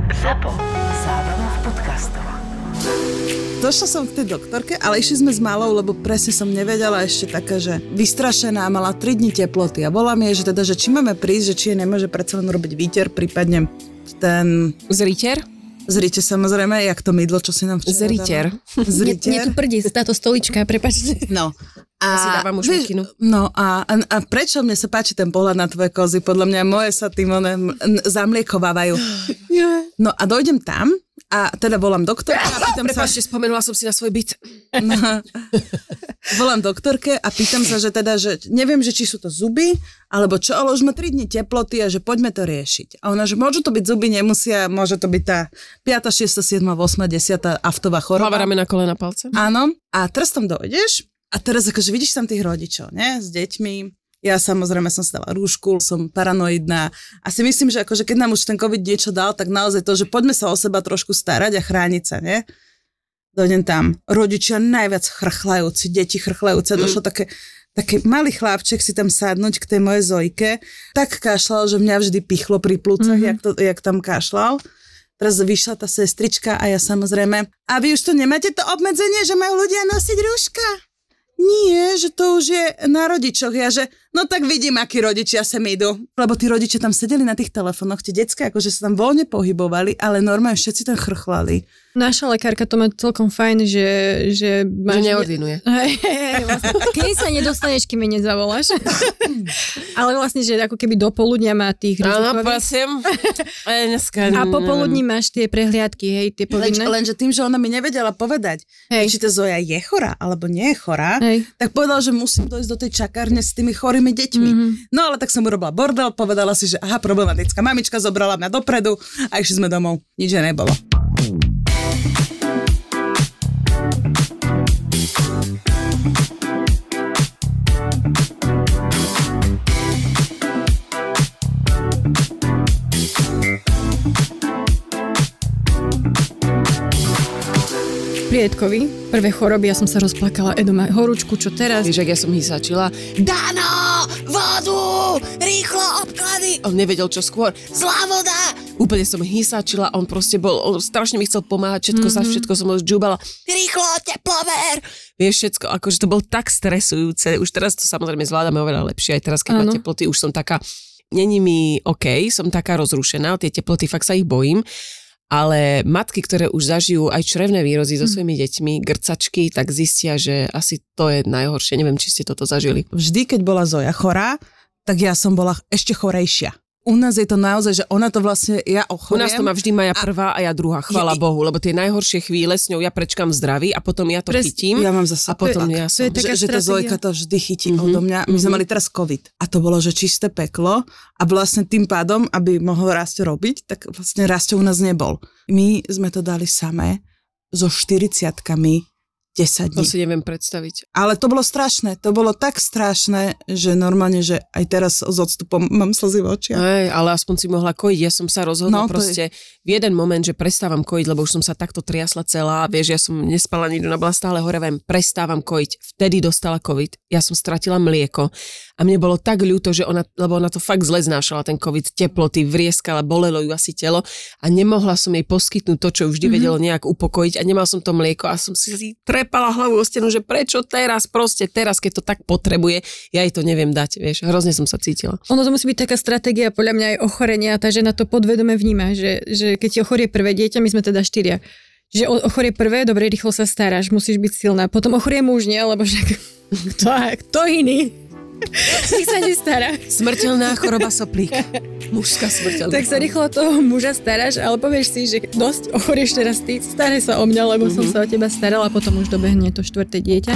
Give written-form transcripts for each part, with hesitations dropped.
Zábrná v podcastov. Došla som k tej doktorke, ale išli sme s malou, lebo presne som nevedela ešte taká, že vystrašená, mala 3 dni teploty a volám jej, že teda, že či máme prísť, že či jej nemôže predsa len robiť výter, prípadne ten... Zriter? Zrite samozrejme, jak to mydlo, čo si nám včera Zriter. Zriter. Mne tu prdí táto stolička, prepáčte. No. Ja si dávam už mikinu. No a prečo mne sa páči ten pohľad na tvoje kozy? Podľa mňa moje sa tým zamliekovávajú. No a dojdem tam a teda volám doktorke a pýtam sa... Prepáčte, spomenula som si na svoj byt. No, volám doktorke a pýtam sa, že teda, že neviem, že či sú to zuby, alebo čo, ale už má 3 dni teploty a že poďme to riešiť. A ona, že môžu to byť zuby, nemusia, môže to byť tá 5., 6., 7., 8., 10. aftová choroba. Hlava, ramena, kolena, palce. Áno. A teraz tam dojdeš a teraz akože vidíš tam tých rodičov, ne, s deťmi. Ja samozrejme som si dala rúšku, som paranoidná a si myslím, že akože keď nám už ten COVID niečo dal, tak naozaj to, že poďme sa o seba trošku starať a chrániť sa, ne? Dojdem tam, rodičia najviac chrchlajúci, deti chrchlajúce, došlo taký malý chlapček si tam sadnúť k tej mojej Zojke, tak kašľal, že mňa vždy pichlo pri plúcach, jak tam kašľal. Teraz vyšla tá sestrička a ja samozrejme, a vy už tu nemáte to obmedzenie, že majú ľudia nosiť rúška? Nie, že to už je na rodičoch. Ja, že no tak vidím, akí rodičia sem idú. Lebo tí rodičia tam sedeli na tých telefónoch, tie decká akože sa tam voľne pohybovali, ale normálne všetci tam chrchlali. Naša lekárka to má celkom fajn, že neordinuje. Vlastne, keď sa nedostaneš, kým mi nezavoláš. Ale vlastne, že ako keby do poludnia má tých rizikových. Áno, prosím. A popoludní máš tie prehliadky, hej, tie povinné. Lenže tým, že ona mi nevedela povedať, či tá Zoja je chorá, alebo nie je chorá, tak povedala, že musím dojsť do tej čakárne s tými chorými deťmi. No ale tak som urobila bordel, povedala si, že aha, problematická mamička, zobrala mňa dopredu a išli sme domov. Nič nebolo. Pri Edkovi, prvé choroby, ja som sa rozplakala, Edo má horúčku, čo teraz? Vieš, ak ja som hysačila, Dano, vodu, rýchlo obklady. On nevedel, čo skôr, zlá voda. Úplne som hysačila, on proste on strašne mi chcel pomáhať, všetko za všetko som ho ždžúbala, rýchlo, teplomer. Vieš, všetko, akože to bol tak stresujúce, už teraz to samozrejme zvládame oveľa lepšie, aj teraz, keď má teploty, už som taká, není mi OK, som taká rozrušená, tie teploty, fakt sa ich bojím. Ale matky, ktoré už zažijú aj črevné výrozy so svojimi deťmi, grcačky, tak zistia, že asi to je najhoršie. Neviem, či ste toto zažili. Vždy, keď bola Zoja chorá, tak ja som bola ešte chorejšia. U nás je to naozaj, že ona to vlastne, ja ochoriem. U nás to má vždy Maja prvá a ja druhá, chvála Bohu, lebo tie najhoršie chvíle s ňou ja prečkám v zdraví a potom ja to chytím. Ja mám zase a potom ja som. Že tá Zojka to vždy chytí odo mňa. My sme mali teraz COVID a to bolo, že čisté peklo a vlastne tým pádom, aby mohol Rásťo robiť, tak vlastne Rásťo u nás nebol. My sme to dali samé so 40-kami 10 dní. To si neviem predstaviť. Ale to bolo strašné. To bolo tak strašné, že normálne, že aj teraz s odstupom mám slzy v očiach. Hej, ale aspoň si mohla kojiť. Ja som sa rozhodla proste v jeden moment, že prestávam kojiť, lebo už som sa takto triasla celá. Vieš, ja som nespala nikto, bola stále hore, prestávam kojiť. Vtedy dostala COVID. Ja som stratila mlieko. A mne bolo tak ľúto, že lebo ona to fakt zle znášala, ten COVID, teploty, vrieskala, bolelo ju asi telo a nemohla som jej poskytnúť to, čo vždy vedelo nejak upokojiť a nemal som to mlieko a som si trepala hlavu o stenu, že prečo teraz, keď to tak potrebuje, ja jej to neviem dať, vieš, hrozne som sa cítila. Ono to musí byť taká stratégia, podľa mňa aj ochorenia, tá žena to podvedome vníma, že keď ti ochorie prvé dieťa, my sme teda 4, že ochorie prvé, dobre, rýchlo sa staráš, musíš byť silná, potom ochorie muž, nie, lebo však kto iný? Si sa nestará. Smrteľná choroba soplík. Mužská smrteľná. Tak sa rýchlo toho muža staráš, ale povieš si, že dosť ochorieš teraz ty, staraj sa o mňa, lebo som sa o teba starala, potom už dobehne to 4. dieťa.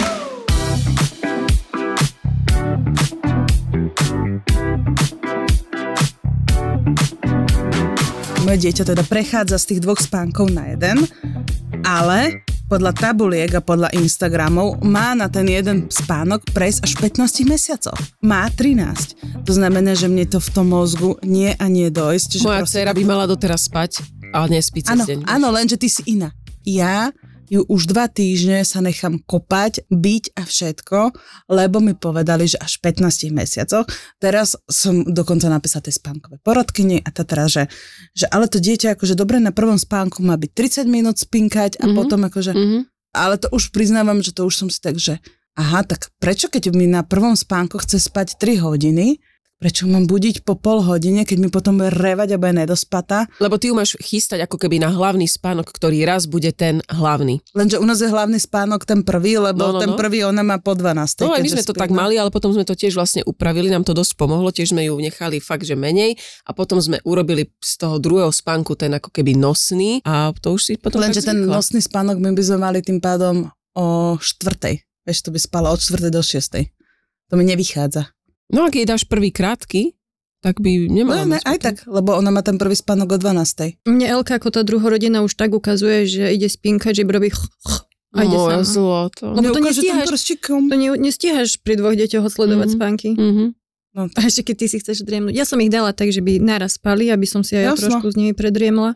Moje dieťa teda prechádza z tých 2 spánkov na 1, ale podľa tabuliek a podľa Instagramov má na ten jeden spánok prejsť až 15 mesiacov. Má 13. To znamená, že mne to v tom mozgu nie a nie dojsť. Moja dcera by mala doteraz spať, ale nespí cez deň. Áno, lenže ty si iná. Ja už 2 týždne sa nechám kopať, byť a všetko, lebo mi povedali, že až v 15 mesiacoch. Teraz som dokonca napísala tej spánkové poradkyni a teraz, že ale to dieťa akože dobre na prvom spánku má byť 30 minút spinkať a potom akože, ale to už priznávam, že to už som si tak, že aha, tak prečo keď mi na prvom spánku chce spať 3 hodiny, prečo mám budiť po pol hodine, keď mi potom bude revať a bude nedospatá? Lebo ty ju máš chystať ako keby na hlavný spánok, ktorý raz bude ten hlavný. Lenže u nás je hlavný spánok ten prvý, lebo ten prvý ona má po 12. No aj my sme to tak mali, ale potom sme to tiež vlastne upravili, nám to dosť pomohlo, tiež sme ju nechali fakt, že menej a potom sme urobili z toho druhého spánku ten ako keby nosný a to už si potom Lenže tak ten nosný spánok my by sme mali tým pádom o 4. Vieš, to by spala od 4. do 6. To mi nevychádza. No ak jej dáš prvý krátky, tak by nemala mať aj tak, lebo ona má ten prvý spánok o 12. Mne Elka ako tá druhorodina už tak ukazuje, že ide spinkať, že robí a ide moje sama. zlato. Lebo to nestíhaš pri 2 deťoch odsledovať spánky. No, a ešte keď ty si chceš driemnúť. Ja som ich dala tak, že by naraz spali, aby som si aj trošku z nimi predriemla.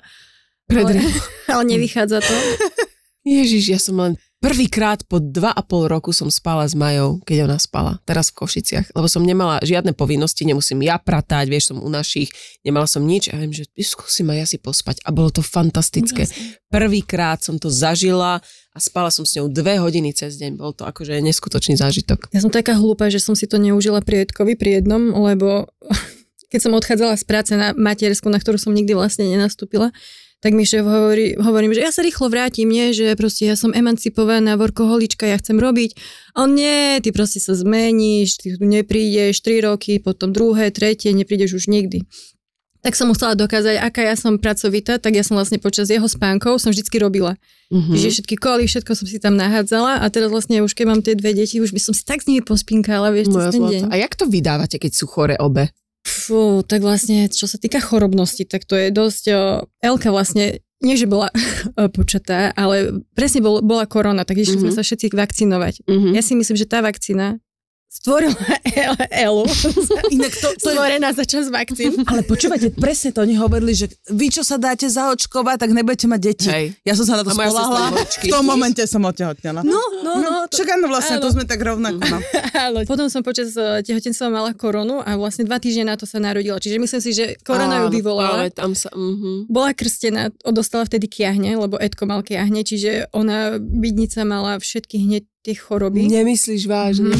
Ale nevychádza to. Ježiš, ja som len prvýkrát po 2,5 roku som spala s Majou, keď ona spala, teraz v Košiciach, lebo som nemala žiadne povinnosti, nemusím ja pratať, vieš, som u našich, nemala som nič a viem, že skúsim aj ja si pospať a bolo to fantastické. Prvýkrát som to zažila a spala som s ňou 2 hodiny cez deň, bol to akože neskutočný zážitok. Ja som taká hlúpa, že som si to neužila pri Edkovi pri jednom, lebo keď som odchádzala z práce na matersku, na ktorú som nikdy vlastne nenastúpila, tak mi šéf hovorím, že ja sa rýchlo vrátim, nie, že proste ja som emancipovaná workoholička, ja chcem robiť. A on nie, ty proste sa zmeníš, ty tu neprídeš 3 roky, potom 2., 3, neprídeš už nikdy. Tak som mu chcela dokázať, aká ja som pracovitá, tak ja som vlastne počas jeho spánkov som vždycky robila. Že všetky koly, všetko som si tam nahádzala a teraz vlastne už keď mám tie 2 deti, už by som si tak s nimi pospinkala, vieš, cez ten deň. A jak to vydávate, keď sú chore obe? Fú, tak vlastne, čo sa týka chorobnosti, tak to je dosť... Elka vlastne, nie že bola počatá, ale presne bola korona, tak išli sme sa všetci vakcinovať. Ja si myslím, že tá vakcína stvorila Elu. Inak to stvorená za čas vakcín. Ale počúvate, presne to oni hovorili, že vy, čo sa dáte zaočkovať, tak nebudete mať deti. Hej. Ja som sa na to spoľahla. V tom momente som otehotnela. No. Čak áno, vlastne, to sme tak rovnako. Potom som počas tehotenstva mala koronu a vlastne 2 týždne na to sa narodila. Čiže myslím si, že korona ju vyvolala. Tam sa, Bola krstená, dostala vtedy kiahne, lebo Edko mal kiahne, čiže ona bydnica mala všetky hneď tie choroby. Nemyslíš vážne?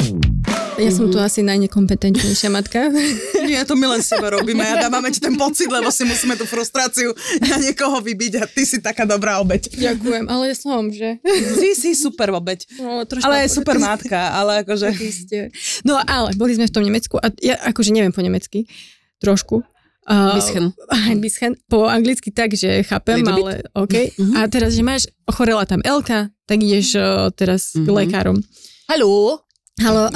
Ja som tu asi najnekompetentnejšia matka. Nie, to my len sebe robíme a dávame ti ten pocit, lebo si musíme tú frustráciu na niekoho vybiť a ty si taká dobrá obeť. Ďakujem, ale som, že? Ty si super obeť. No, ale je super matka, ale akože... No ale boli sme v tom Nemecku a ja akože neviem po nemecky, trošku. Bisschen. Po anglicky tak, že chápem, ale OK. A teraz, že máš, ochorela tam Elka, tak ideš teraz k lekárom. Haló, a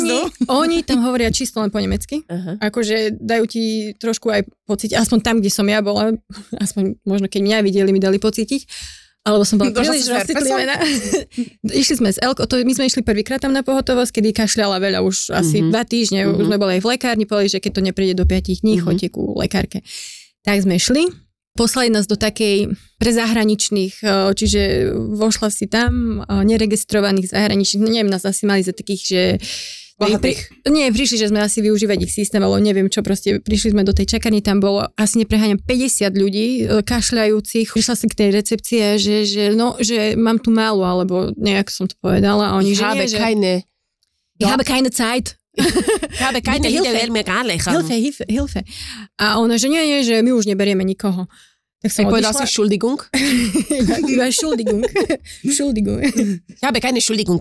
oni tam hovoria čisto len po nemecky. Akože dajú ti trošku aj pocítiť, aspoň tam, kde som ja bola, aspoň možno keď mňa videli, mi dali pocítiť, alebo som bola príliš rozcitlivená. Išli sme z Elko, my sme išli prvýkrát tam na pohotovosť, kedy kašľala veľa, už asi 2 týždne, už sme boli aj v lekárni, povedali, že keď to nepríde do 5 dní, choďte ku lekárke. Tak sme šli. Poslali nás do takej pre zahraničných, čiže vošla si tam neregistrovaných zahraničných, neviem, nás asi mali za takých, že... prišli, že sme asi využívať ich systém, ale neviem čo, proste prišli sme do tej čakarny, tam bolo asi nepreháňam 50 ľudí kašľajúcich, prišla si k tej recepcii, že mám tu málo, alebo nejak som to povedala a oni, Ich habe keine Zeit. Hilfe. A ona, že nie, že my už neberieme nikoho. Tak som povedala si Entschuldigung? Iba Entschuldigung. Ich habe keine Entschuldigung.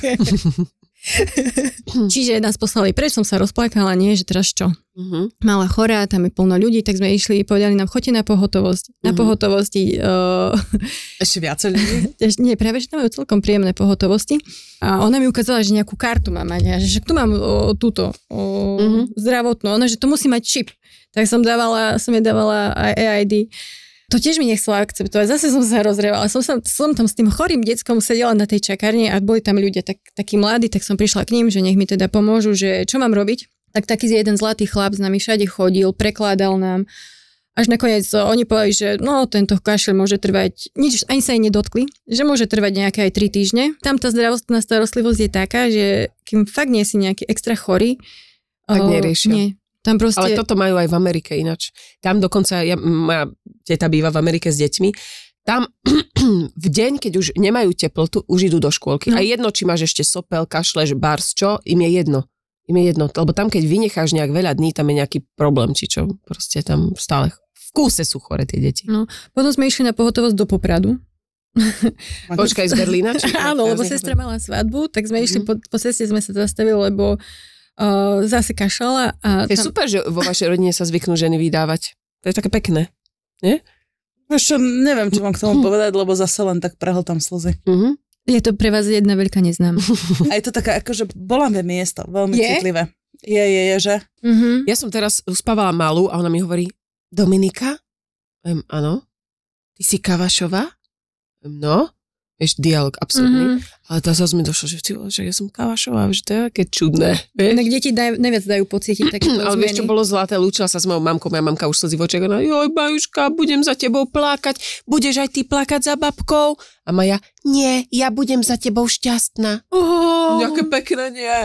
Čiže nás poslali preč, som sa rozplakala, nie, že teraz čo? Mala chorá, tam je plno ľudí, tak sme išli, povedali nám, choďte na pohotovosť. Na pohotovosti... Ešte viacej ľudí? Nie, práve, že tam majú celkom príjemné pohotovosti. A ona mi ukázala, že nejakú kartu mám mať. A že tu mám túto zdravotnú. Ona, že to musí mať čip. Tak som jej dávala aj EID. To tiež mi nechcela akceptovať. Zase som sa rozrevala. Som tam s tým chorým deckom sedela na tej čakárni a boli tam ľudia takí mladí, tak som prišla k ním, že nech mi teda pomôžu, že čo mám robiť. Tak taký jeden zlatý chlap s nami všade chodil, prekladal nám Až nakoniec oni povedali, že no tento kašel môže trvať, nič ani sa jej nedotkli, že môže trvať nejaké aj 3 týždne. Tam tá zdravotná starostlivosť je taká, že kým fakt nie si nejaký extra chorý, tak neriešia. Nie. Tam proste... Ale toto majú aj v Amerike ináč. Tam dokonca, moja teta býva v Amerike s deťmi, tam v deň, keď už nemajú teplotu, už idú do škôlky. No. A jedno, či máš ešte sopel, kašleš, bars, čo, im je jedno. Lebo tam, keď vynecháš nejak veľa dní, tam je nejaký problém, či čo, proste tam stále v kúse sú chore tie deti. No, potom sme išli na pohotovosť do Popradu. Počkaj, z Berlína? Áno, lebo sestra mala svadbu, tak sme išli po ceste, sme sa zastavili, lebo zase kašľala. Je super, že vo vašej rodine sa zvyknú ženy vydávať. To je také pekné, nie? Ešte neviem, čo mám k tomu povedať, lebo zase len tak prehltám slzy. Je to pre vás jedna veľká neznáma. A je to taká, akože boláme miesto, veľmi citlivé. Je, že? Ja som teraz uspávala malú a ona mi hovorí, Dominika? Áno. Ty si Kavašová? No. Vieš, dialog absurdný. Ale to zase mi došlo, že ja som Kavašová, že to je také čudné. Inak deti najviac dajú pocítiť také zmeny. Ale vieš, čo bolo zlaté? Lúčila sa s mojou mamkou, moja mamka už slzy v očiach, ona, joj, Bajuška, budem za tebou plakať, budeš aj ty plakať za babkou? A Maja, nie, ja budem za tebou šťastná. Nejaké pekné, nie?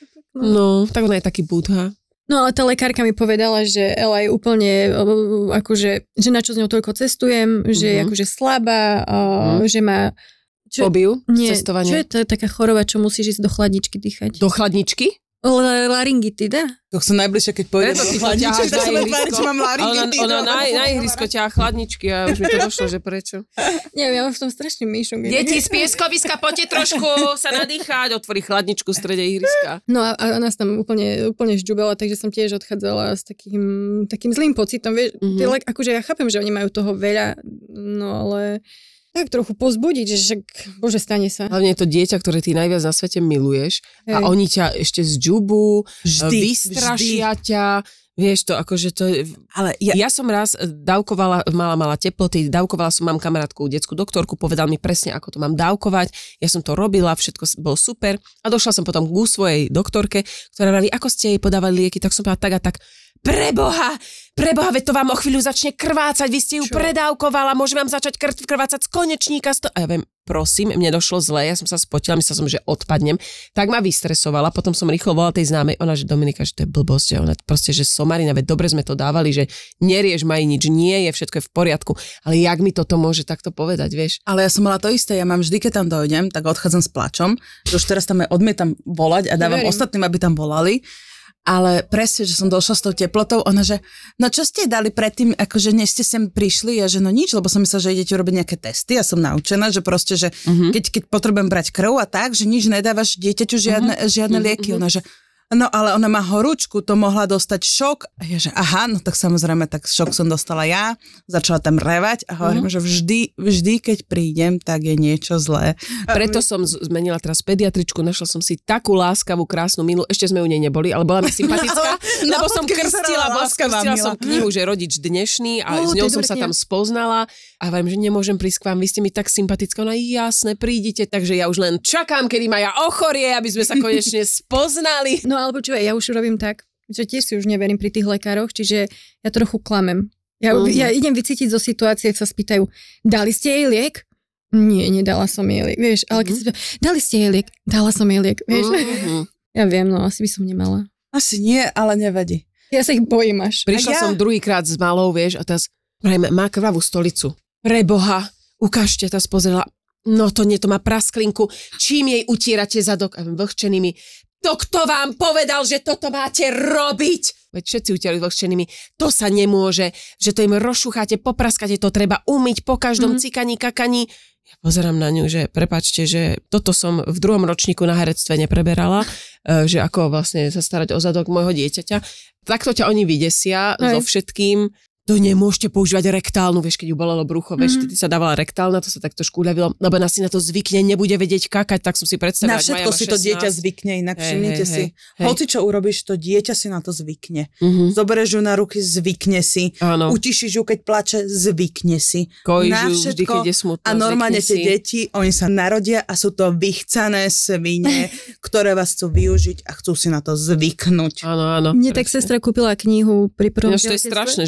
No, tak ona je taký budha. No ale tá lekárka mi povedala, že Ela je úplne, akože, že na čo z ňou toľko cestujem, že je akože slabá, že má... Fóbiu? Cestovanie? Čo je to taká choroba, čo musíš ísť do chladničky dýchať? Do chladničky? Laryngitida? To som najbližšie, keď pôjdem do chladničky, tak sa tváriť, že mám laryngitidu. Ona na ihrisko ťahá chladničky a už mi to došlo, že prečo. Neviem, ja mám v tom strašný myšunk. Deti z pieskoviska, poďte trošku sa nadýchať, otvorí chladničku v strede ihriska. No a nás tam úplne žďubala, takže som tiež odchádzala s takým zlým pocitom. Vieš, akože ja chápem, že oni majú toho veľa, no ale... Tak trochu pozbudiť, že však, bože, stane sa. Hlavne je to dieťa, ktoré ty najviac na svete miluješ a oni ťa ešte zďubu, vystrašia ťa, vieš to, akože to je... Ale ja som raz dávkovala, mala teploty, dávkovala som, mám kamarátku, detskú doktorku, povedal mi presne, ako to mám dávkovať, ja som to robila, všetko bolo super a došla som potom ku svojej doktorke, ktorá vraví, ako ste jej podávali lieky, tak som povedala tak a tak, Preboha, veď to vám o chvíľu začne krvácať, vy ste ju predávkovala, môže vám začať krvácať z konečníka. A ja viem, prosím, mne došlo zle, ja som sa spotila, myslela som, že odpadnem, tak ma vystresovala, potom som rýchlo volala tej známej, ona, že Dominika, že to je blbosť, ona proste, že somarina, veď dobre sme to dávali, že nerieš ma nič, nie je, všetko je v poriadku, ale jak mi toto môže takto povedať, vieš? Ale ja som mala to isté, ja mám vždy, keď tam dojdem, tak odchádzam s plačom, že už teraz tam odmietam volať a dávam ostatným, aby tam volali. Ale presne, že som došla s tou teplotou, ona, že no čo ste dali predtým, akože než ste sem prišli, a že no nič, lebo som myslela, že idete urobiť nejaké testy, ja som naučená, že proste, že keď potrebujem brať krv a tak, že nič nedávaš dieťaťu žiadne lieky, ona, že no ale ona má horúčku, to mohla dostať šok. A ja, že aha, no tak samozrejme, tak šok som dostala ja, začala tam revať a hovorím, že vždy, keď prídem, tak je niečo zlé. Preto som zmenila teraz pediatričku, našla som si takú láskavú, krásnu, milú, ešte sme u nej neboli, ale bola mi sympatická, lebo som krstila som knihu, že rodič dnešný a s ňou som sa tam spoznala a hovorím, že nemôžem prísť k vám, vy ste mi tak sympatická, ona jasné, prídite, takže ja už len čakám, kedy Maja ochorie, aby sme sa konečne spoznali. No ale počúvaj, ja už robím tak, že tiež si už neverím pri tých lekároch, čiže ja trochu klamem. Ja idem vycítiť zo situácie, sa spýtajú, dali ste jej liek? Nie, nedala som jej liek, vieš, ale keď sa dali ste jej liek? Dala som jej liek, vieš. Ja viem, no asi by som nemala. Asi nie, ale nevadí. Ja sa ich bojím až. Prišla som druhýkrát s malou, vieš, a teraz má krvavú stolicu. Preboha, ukážte, tá spozrela, no to nie, to má prasklinku, čím jej utierate zadok? A vlhčenými. To kto vám povedal, že toto máte robiť? Veď všetci utierajú vlhčenými. To sa nemôže, že to im rozšúcháte, popraskáte, to treba umyť po každom cikaní, kakaní. Ja pozerám na ňu, že prepáčte, že toto som v 2. ročníku na herectve nepreberala, že ako vlastne sa starať o zadok môjho dieťaťa. Takto ťa oni vydesia so všetkým. To nemôžete používať rektálnu, vieš, keď ju bolelo brucho, vieš, ty sa dávala rektálna, to sa takto škúľavilo, lebo ona si na to zvykne, nebude vedieť kakať, tak som si predstavila. Na všetko si to dieťa zvykne, inak všimnite si. Hoci čo urobíš, to dieťa si na to zvykne. Zoberieš ju na ruky, zvykne si. Utišíš ju, keď plače, zvykne si. Kojíš ju vždy, keď je smutná. A normálne tie deti, oni sa narodia a sú to vychcané svine, ktoré vás chcú využiť a chcú si na to zvyknúť. Áno. Mne tak sestra kúpila knihu pri prvom. To je strašné, že fakt toto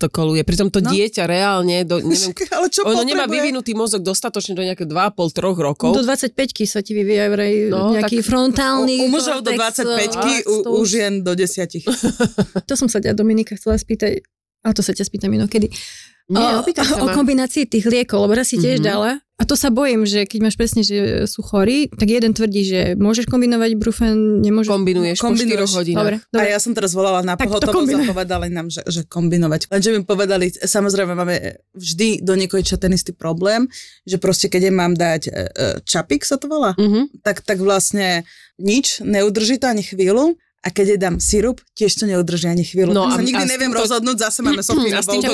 to koluje. Pritom to dieťa reálne, neviem, Ale čo ono nemá potrebuje? vyvinutý mozog dostatočne do nejaké 2,5-3 rokov. Do 25-ky sa ti vyvíja vraj nejaký frontálny U mužov do 25-ky, u žien do 10. To som sa ťa, Dominika, chcela spýtať, a to sa ťa spýtam inokedy. Nie, opýtam sa o ma. kombinácii tých liekov, lebo raz si tiež dala. A to sa bojím, že keď máš presne, že sú chorí, tak jeden tvrdí, že môžeš kombinovať brufen, nemôžeš. Kombinuješ po 4 hodinách. Dobre. A ja som teraz volala na pohotovosť a povedali nám, že kombinovať. Lenže mi povedali, samozrejme máme vždy do niekoľča ten istý problém, že proste keď mám dať čapik, sa to volá, tak vlastne nič, neudrží to ani chvíľu. A keď jej dám sirup, tiež to neudrží ani chvíľu. No, tak sa nikdy neviem rozhodnúť, zase máme Sofiu. A s týmto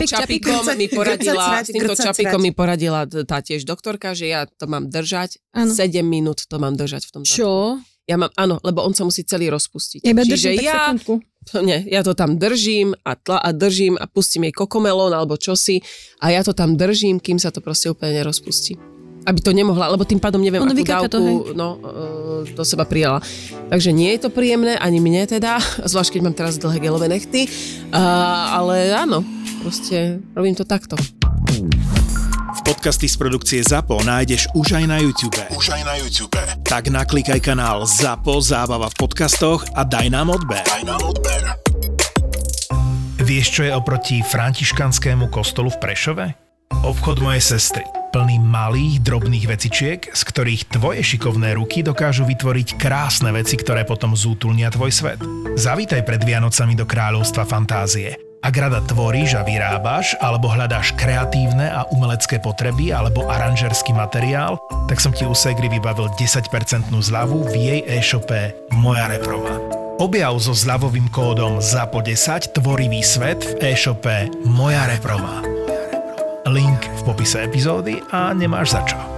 čapikom mi poradila tá tiež doktorka, že ja to mám držať, 7 minút to mám držať v tom. Čo? Ja mám, áno, lebo on sa musí celý rozpustiť. Iba Čiže držím tak sekundku. ja to tam držím a držím a pustím jej kokomelón alebo čosi a ja to tam držím, kým sa to proste úplne nerozpustí. Aby to nemohla, lebo tým pádom neviem, akú dávku do seba prijala. Takže nie je to príjemné, ani mne teda, zvlášť keď mám teraz dlhé gelové nechty, ale áno, proste robím to takto. Podcasty z produkcie ZAPO nájdeš už aj na YouTube. Tak naklikaj kanál ZAPO Zábava v podcastoch a daj nám odber. Vieš, čo je oproti františkanskému kostolu v Prešove? Obchod mojej sestry. Plný malých, drobných vecičiek, z ktorých tvoje šikovné ruky dokážu vytvoriť krásne veci, ktoré potom zútulnia tvoj svet. Zavítaj pred Vianocami do kráľovstva fantázie. Ak rada tvoríš a vyrábaš, alebo hľadáš kreatívne a umelecké potreby, alebo aranžerský materiál, tak som ti u Segry vybavil 10% zľavu v jej e-shope Moja Reprova. Objav so zľavovým kódom ZAPO10 tvorivý svet v e-shope Moja Reprova. Link v popise epizódy a nemáš za čo.